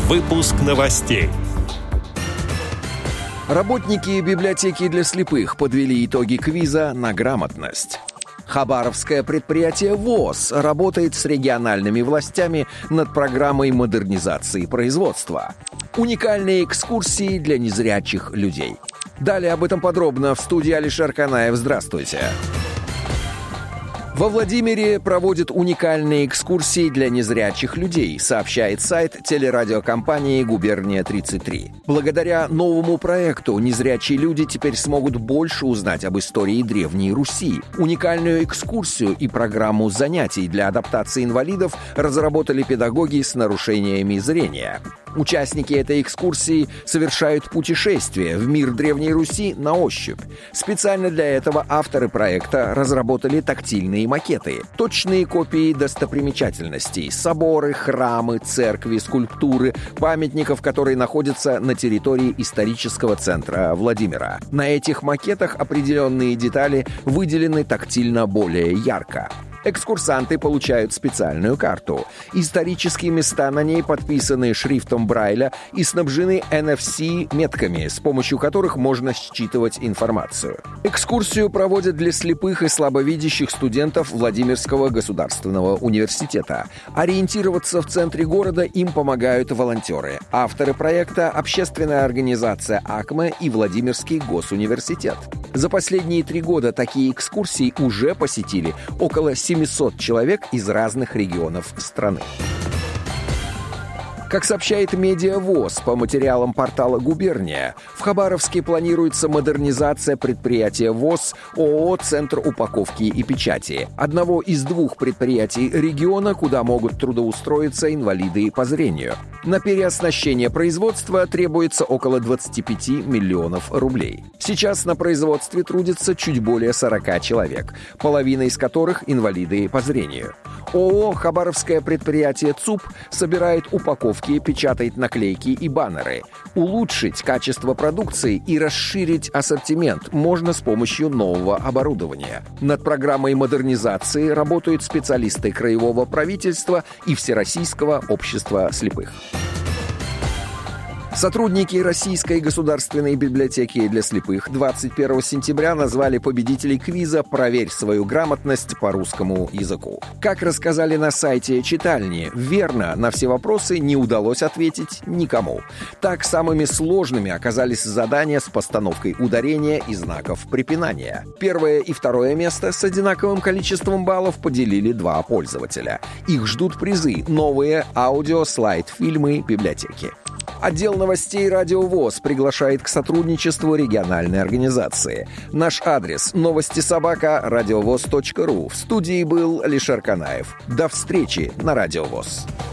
Выпуск новостей. Работники библиотеки для слепых подвели итоги квиза на грамотность. Хабаровское предприятие ВОС работает с региональными властями над программой модернизации производства. Уникальные экскурсии для незрячих людей. Далее об этом подробно в студии Алишер Канаев. Здравствуйте. Во Владимире проводят уникальные экскурсии для незрячих людей, сообщает сайт телерадиокомпании «Губерния-33». Благодаря новому проекту незрячие люди теперь смогут больше узнать об истории Древней Руси. Уникальную экскурсию и программу занятий для адаптации инвалидов разработали педагоги с нарушениями зрения. Участники этой экскурсии совершают путешествие в мир Древней Руси на ощупь. Специально для этого авторы проекта разработали тактильные макеты, точные копии достопримечательностей, соборы, храмы, церкви, скульптуры, памятников, которые находятся на территории исторического центра Владимира. На этих макетах определенные детали выделены тактильно более ярко. Экскурсанты получают специальную карту. Исторические места на ней подписаны шрифтом Брайля и снабжены NFC-метками, с помощью которых можно считывать информацию. Экскурсию проводят для слепых и слабовидящих студентов Владимирского государственного университета. Ориентироваться в центре города им помогают волонтеры. Авторы проекта — общественная организация АКМЭ и Владимирский госуниверситет. За последние 3 года такие экскурсии уже посетили около 700 человек из разных регионов страны. Как сообщает медиа ВОС по материалам портала «Губерния», в Хабаровске планируется модернизация предприятия ВОС ООО «Центр упаковки и печати», одного из 2 предприятий региона, куда могут трудоустроиться инвалиды по зрению. На переоснащение производства требуется около 25 миллионов рублей. Сейчас на производстве трудится чуть более 40 человек, половина из которых инвалиды по зрению. ООО «Хабаровское предприятие ЦУП» собирает упаковки, печатает наклейки и баннеры. Улучшить качество продукции и расширить ассортимент можно с помощью нового оборудования. Над программой модернизации работают специалисты краевого правительства и Всероссийского общества слепых. Сотрудники Российской государственной библиотеки для слепых 21 сентября назвали победителей квиза «Проверь свою грамотность по русскому языку». Как рассказали на сайте читальни, верно на все вопросы не удалось ответить никому. Так, самыми сложными оказались задания с постановкой ударения и знаков препинания. Первое и второе место с одинаковым количеством баллов поделили 2 пользователя. Их ждут призы — новые аудио-слайд-фильмы библиотеки. Отдел новостей «Радио ВОС» приглашает к сотрудничеству региональной организации. Наш адрес — новости@радиовос.ру. В студии был Алишер Канаев. До встречи на «Радио ВОС».